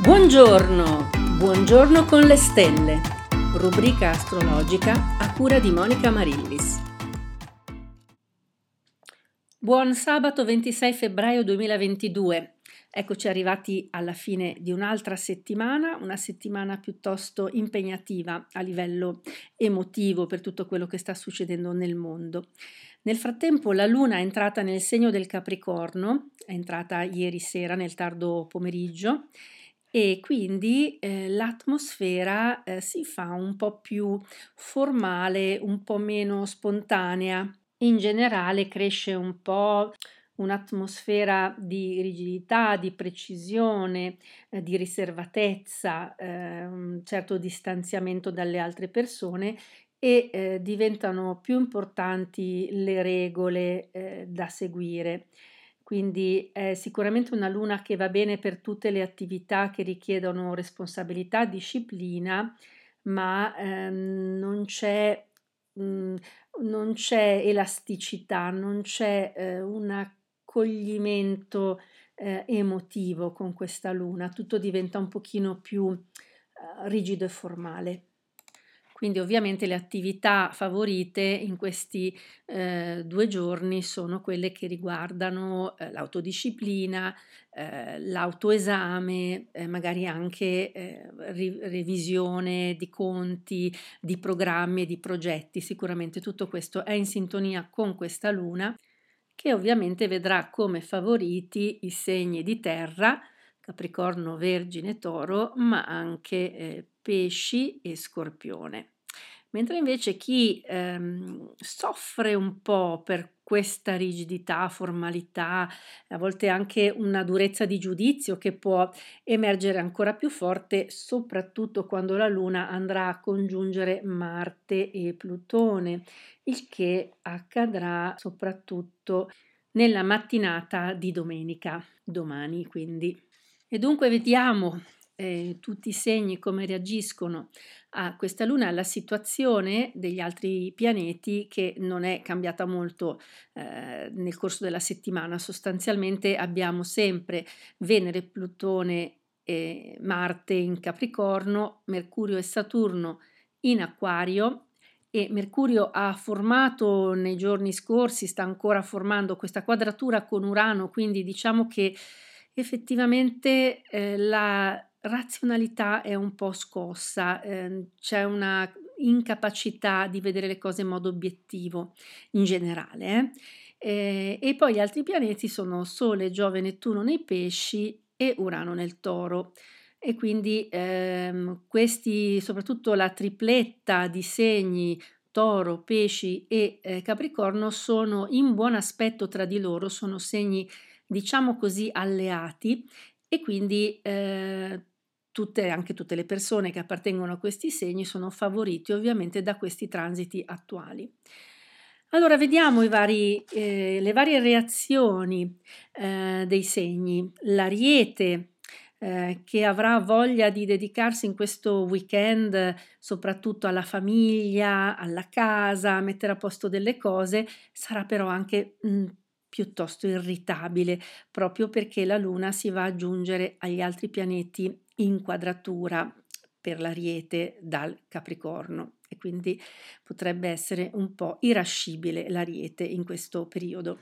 Buongiorno, buongiorno con le stelle, rubrica astrologica a cura di Monica Marillis. Buon sabato 26 febbraio 2022. Eccoci arrivati alla fine di un'altra settimana, una settimana piuttosto impegnativa a livello emotivo per tutto quello che sta succedendo nel mondo. Nel frattempo la Luna è entrata nel segno del Capricorno, è entrata ieri sera nel tardo pomeriggio e quindi l'atmosfera si fa un po' più formale, un po' meno spontanea. In generale cresce un po' un'atmosfera di rigidità, di precisione, di riservatezza, un certo distanziamento dalle altre persone e diventano più importanti le regole da seguire. Quindi è sicuramente una luna che va bene per tutte le attività che richiedono responsabilità, disciplina, ma mh, non c'è elasticità, non c'è un accoglimento emotivo con questa luna, tutto diventa un pochino più rigido e formale. Quindi ovviamente le attività favorite in questi 2 giorni sono quelle che riguardano l'autodisciplina, l'autoesame, magari anche revisione di conti, di programmi e di progetti. Sicuramente tutto questo è in sintonia con questa luna che ovviamente vedrà come favoriti i segni di terra, Capricorno, Vergine, Toro, ma anche Pesci e Scorpione. Mentre invece chi soffre un po' per questa rigidità, formalità, a volte anche una durezza di giudizio che può emergere ancora più forte, soprattutto quando la Luna andrà a congiungere Marte e Plutone, il che accadrà soprattutto nella mattinata di domenica, domani quindi. E dunque vediamo tutti i segni come reagiscono a questa luna, alla situazione degli altri pianeti che non è cambiata molto nel corso della settimana. Sostanzialmente abbiamo sempre Venere, Plutone e Marte in Capricorno, Mercurio e Saturno in Acquario e Mercurio ha formato nei giorni scorsi, sta ancora formando questa quadratura con Urano, quindi diciamo che effettivamente la razionalità è un po' scossa, c'è una incapacità di vedere le cose in modo obiettivo in generale, e poi gli altri pianeti sono Sole, Giove, Nettuno nei Pesci e Urano nel Toro. E quindi questi, soprattutto la tripletta di segni Toro, Pesci e Capricorno sono in buon aspetto tra di loro, sono segni diciamo così alleati e quindi anche tutte le persone che appartengono a questi segni sono favoriti ovviamente da questi transiti attuali. Allora vediamo le varie reazioni dei segni. L'Ariete che avrà voglia di dedicarsi in questo weekend soprattutto alla famiglia, alla casa, a mettere a posto delle cose, sarà però anche piuttosto irritabile, proprio perché la Luna si va ad aggiungere agli altri pianeti in quadratura per l'Ariete dal Capricorno e quindi potrebbe essere un po' irascibile l'Ariete in questo periodo.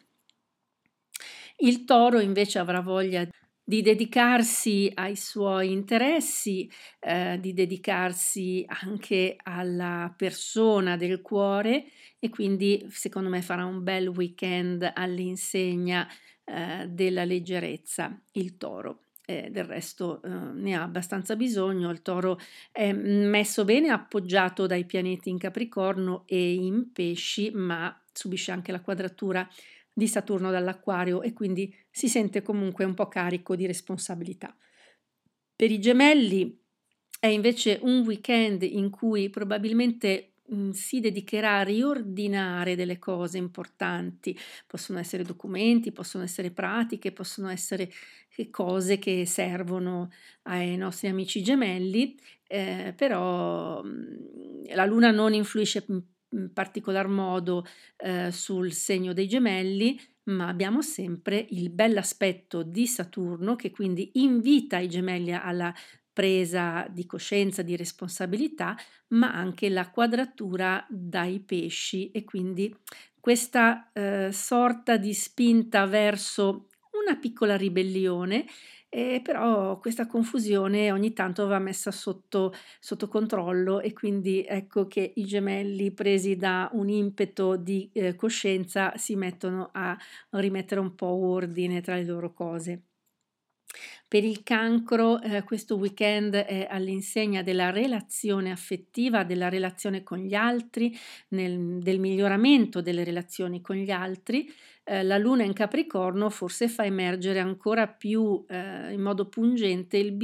Il Toro invece avrà voglia di dedicarsi ai suoi interessi, di dedicarsi anche alla persona del cuore e quindi secondo me farà un bel weekend all'insegna della leggerezza il Toro. Del resto ne ha abbastanza bisogno, il Toro è messo bene, appoggiato dai pianeti in Capricorno e in Pesci, ma subisce anche la quadratura di Saturno dall'Acquario e quindi si sente comunque un po' carico di responsabilità. Per i Gemelli è invece un weekend in cui probabilmente si dedicherà a riordinare delle cose importanti, possono essere documenti, possono essere pratiche, possono essere cose che servono ai nostri amici gemelli, però la Luna non influisce in particolar modo sul segno dei Gemelli, ma abbiamo sempre il bell'aspetto di Saturno che quindi invita i gemelli alla presa di coscienza, di responsabilità, ma anche la quadratura dai pesci e quindi questa sorta di spinta verso una piccola ribellione, però questa confusione ogni tanto va messa sotto controllo e quindi ecco che i gemelli presi da un impeto di coscienza si mettono a rimettere un po' ordine tra le loro cose. Per il cancro, questo weekend è all'insegna della relazione affettiva, della relazione con gli altri, del miglioramento delle relazioni con gli altri. La luna in Capricorno forse fa emergere ancora più, in modo pungente il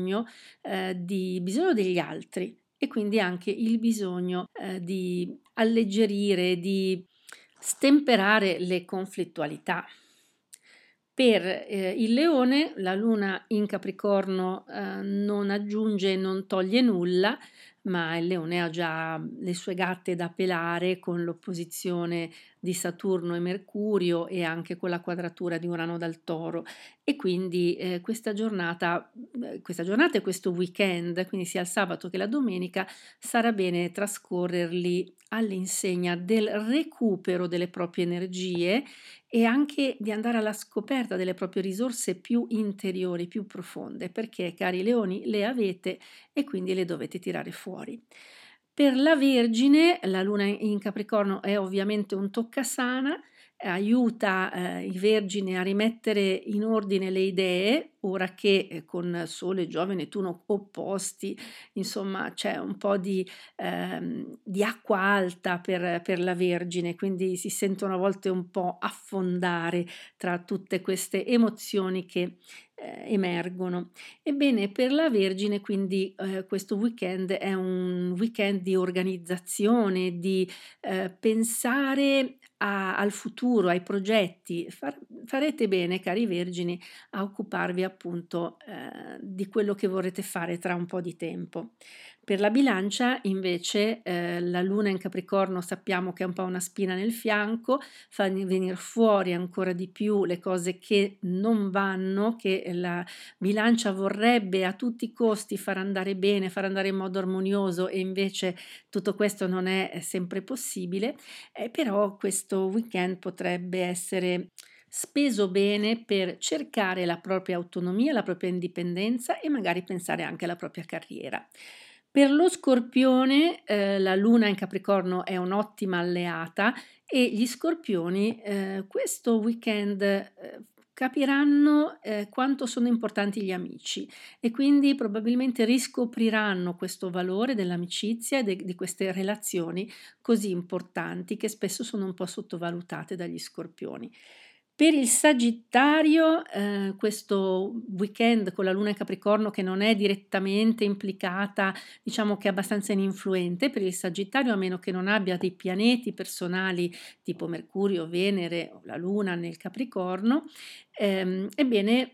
bisogno degli altri e quindi anche il bisogno, di alleggerire, di stemperare le conflittualità. Per, il Leone la luna in Capricorno, non aggiunge e non toglie nulla, ma il Leone ha già le sue gatte da pelare con l'opposizione di Saturno e Mercurio e anche con la quadratura di Urano dal Toro e quindi, questa giornata e questo weekend, quindi sia il sabato che la domenica, sarà bene trascorrerli all'insegna del recupero delle proprie energie e anche di andare alla scoperta delle proprie risorse più interiori, più profonde, perché cari leoni le avete e quindi le dovete tirare fuori. Per la Vergine, la luna in Capricorno è ovviamente un toccasana, aiuta i Vergini a rimettere in ordine le idee, ora che con Sole, Giove e Nettuno opposti, insomma c'è un po' di acqua alta per la Vergine, quindi si sentono a volte un po' affondare tra tutte queste emozioni che emergono. Ebbene, per la Vergine quindi questo weekend è un weekend di organizzazione, di pensare al futuro, ai progetti. Farete bene, cari Vergini, a occuparvi appunto di quello che vorrete fare tra un po' di tempo. Per la Bilancia invece la luna in Capricorno sappiamo che è un po' una spina nel fianco, fa venire fuori ancora di più le cose che non vanno, che la Bilancia vorrebbe a tutti i costi far andare bene, far andare in modo armonioso e invece tutto questo non è sempre possibile, però questo weekend potrebbe essere speso bene per cercare la propria autonomia, la propria indipendenza e magari pensare anche alla propria carriera. Per lo Scorpione, la luna in Capricorno è un'ottima alleata e gli Scorpioni, questo weekend, capiranno, quanto sono importanti gli amici e quindi probabilmente riscopriranno questo valore dell'amicizia e di queste relazioni così importanti che spesso sono un po' sottovalutate dagli Scorpioni. Per il Sagittario, questo weekend con la luna in Capricorno che non è direttamente implicata, diciamo che è abbastanza ininfluente per il Sagittario, a meno che non abbia dei pianeti personali tipo Mercurio, Venere o la luna nel Capricorno, ebbene,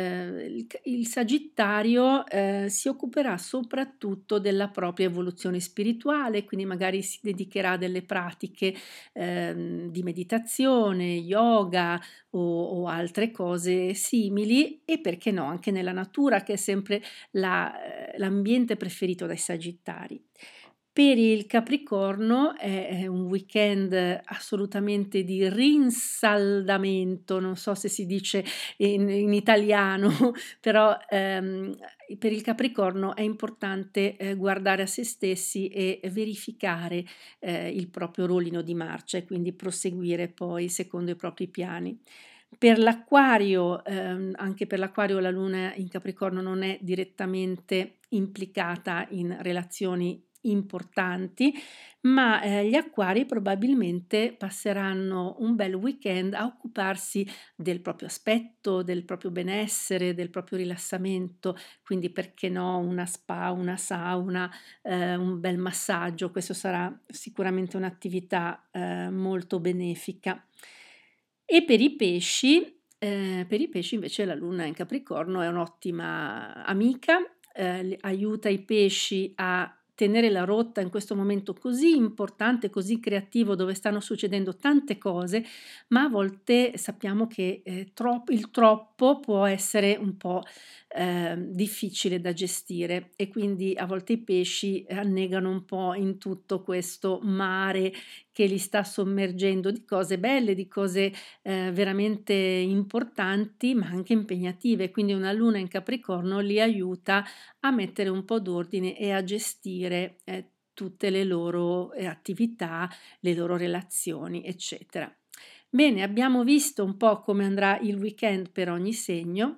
il Sagittario, si occuperà soprattutto della propria evoluzione spirituale, quindi magari si dedicherà a delle pratiche, di meditazione, yoga o altre cose simili e perché no, anche nella natura che è sempre l'ambiente preferito dai Sagittari. Per il Capricorno è un weekend assolutamente di rinsaldamento, non so se si dice in italiano, però per il Capricorno è importante guardare a se stessi e verificare il proprio ruolino di marcia e quindi proseguire poi secondo i propri piani. Per l'Acquario, anche per l'Acquario la luna in Capricorno non è direttamente implicata in relazioni importanti, ma gli acquari probabilmente passeranno un bel weekend a occuparsi del proprio aspetto, del proprio benessere, del proprio rilassamento, quindi perché no una spa, una sauna, un bel massaggio, questo sarà sicuramente un'attività molto benefica. E per i pesci invece la luna in Capricorno è un'ottima amica, aiuta i pesci a tenere la rotta in questo momento così importante, così creativo, dove stanno succedendo tante cose, ma a volte sappiamo che il troppo può essere un po' difficile da gestire e quindi a volte i pesci annegano un po' in tutto questo mare che li sta sommergendo di cose belle, di cose veramente importanti, ma anche impegnative. Quindi una luna in Capricorno li aiuta a mettere un po' d'ordine e a gestire tutte le loro attività, le loro relazioni, eccetera. Bene, abbiamo visto un po' come andrà il weekend per ogni segno.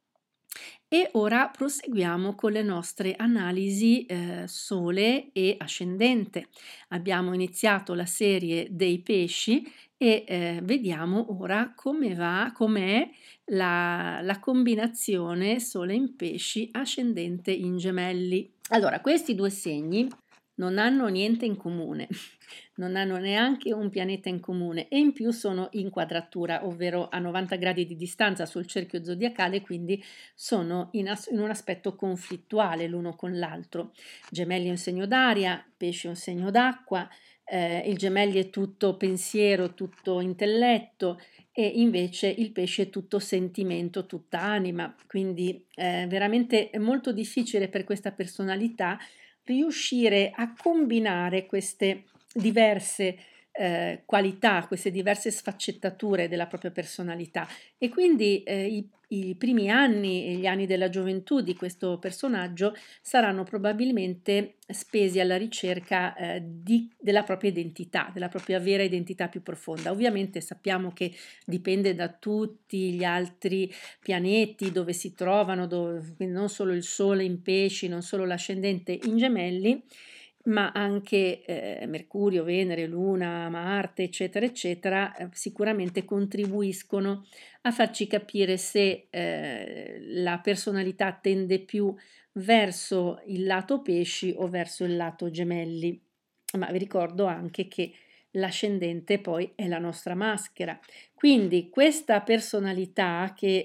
E ora proseguiamo con le nostre analisi Sole e ascendente. Abbiamo iniziato la serie dei pesci e vediamo ora come va, com'è la combinazione Sole in pesci, ascendente in gemelli. Allora, questi due segni non hanno niente in comune, non hanno neanche un pianeta in comune e in più sono in quadratura, ovvero a 90 gradi di distanza sul cerchio zodiacale, quindi sono in un aspetto conflittuale l'uno con l'altro. Gemelli è un segno d'aria, pesci è un segno d'acqua, il gemelli è tutto pensiero, tutto intelletto e invece il pesce è tutto sentimento, tutta anima, quindi veramente è molto difficile per questa personalità riuscire a combinare queste diverse qualità, queste diverse sfaccettature della propria personalità e quindi i primi anni e gli anni della gioventù di questo personaggio saranno probabilmente spesi alla ricerca della propria identità, della propria vera identità più profonda. Ovviamente sappiamo che dipende da tutti gli altri pianeti dove si trovano, quindi non solo il Sole in pesci, non solo l'ascendente in gemelli, ma anche Mercurio, Venere, Luna, Marte, eccetera, eccetera, sicuramente contribuiscono a farci capire se la personalità tende più verso il lato pesci o verso il lato gemelli. Ma vi ricordo anche che l'ascendente poi è la nostra maschera. Quindi questa personalità che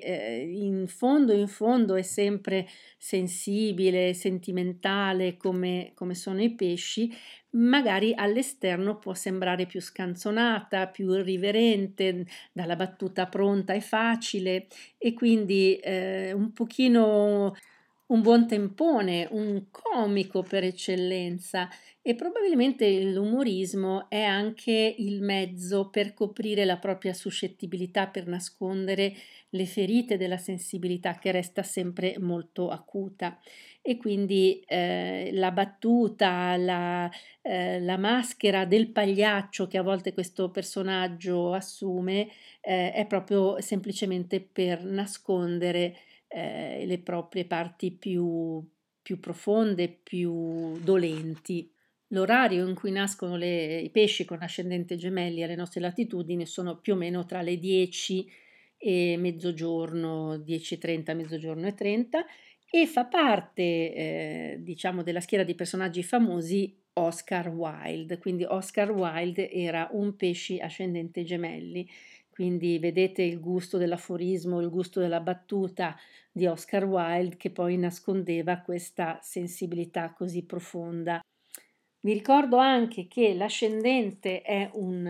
in fondo è sempre sensibile, sentimentale come sono i pesci, magari all'esterno può sembrare più scanzonata, più irriverente, dalla battuta pronta e facile e quindi un pochino un buon tempone, un comico per eccellenza e probabilmente l'umorismo è anche il mezzo per coprire la propria suscettibilità, per nascondere le ferite della sensibilità che resta sempre molto acuta. E quindi la battuta, la maschera del pagliaccio che a volte questo personaggio assume è proprio semplicemente per nascondere le proprie parti più profonde, più dolenti. L'orario in cui nascono i pesci con ascendente gemelli alle nostre latitudini sono più o meno tra le 10 e mezzogiorno, 10:30, mezzogiorno e 30 e fa parte, diciamo, della schiera di personaggi famosi Oscar Wilde. Quindi Oscar Wilde era un pesci ascendente gemelli. Quindi vedete il gusto dell'aforismo, il gusto della battuta di Oscar Wilde che poi nascondeva questa sensibilità così profonda. Vi ricordo anche che l'ascendente è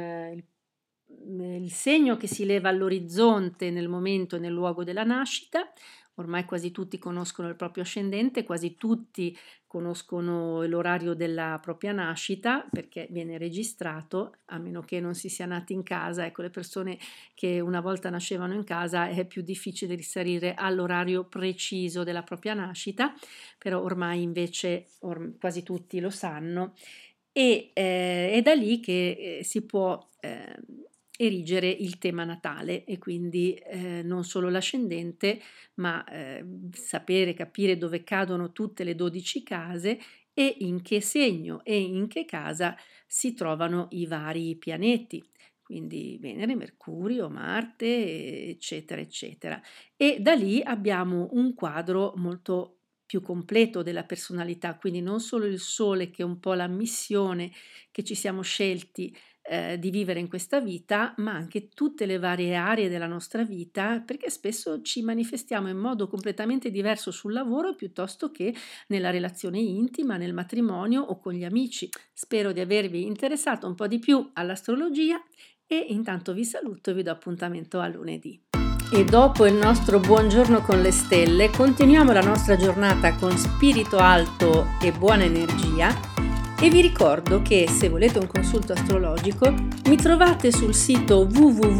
il segno che si leva all'orizzonte nel momento e nel luogo della nascita. Ormai quasi tutti conoscono il proprio ascendente, quasi tutti conoscono l'orario della propria nascita perché viene registrato, a meno che non si sia nati in casa. Ecco, le persone che una volta nascevano in casa è più difficile risalire all'orario preciso della propria nascita, però ormai invece quasi tutti lo sanno e è da lì che si può erigere il tema natale e quindi non solo l'ascendente, ma sapere, capire dove cadono tutte le 12 case e in che segno e in che casa si trovano i vari pianeti. Quindi Venere, Mercurio, Marte, eccetera, eccetera. E da lì abbiamo un quadro molto più completo della personalità, quindi non solo il Sole che è un po' la missione che ci siamo scelti di vivere in questa vita, ma anche tutte le varie aree della nostra vita, perché spesso ci manifestiamo in modo completamente diverso sul lavoro piuttosto che nella relazione intima, nel matrimonio o con gli amici. Spero di avervi interessato un po' di più all'astrologia e intanto vi saluto e vi do appuntamento a lunedì. E dopo il nostro buongiorno con le stelle, continuiamo la nostra giornata con spirito alto e buona energia. E vi ricordo che se volete un consulto astrologico mi trovate sul sito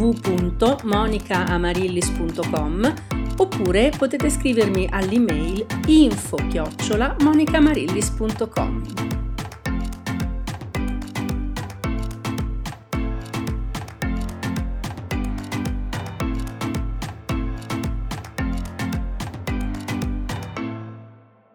www.monicaamarillis.com oppure potete scrivermi all'email info@monicamarillis.com.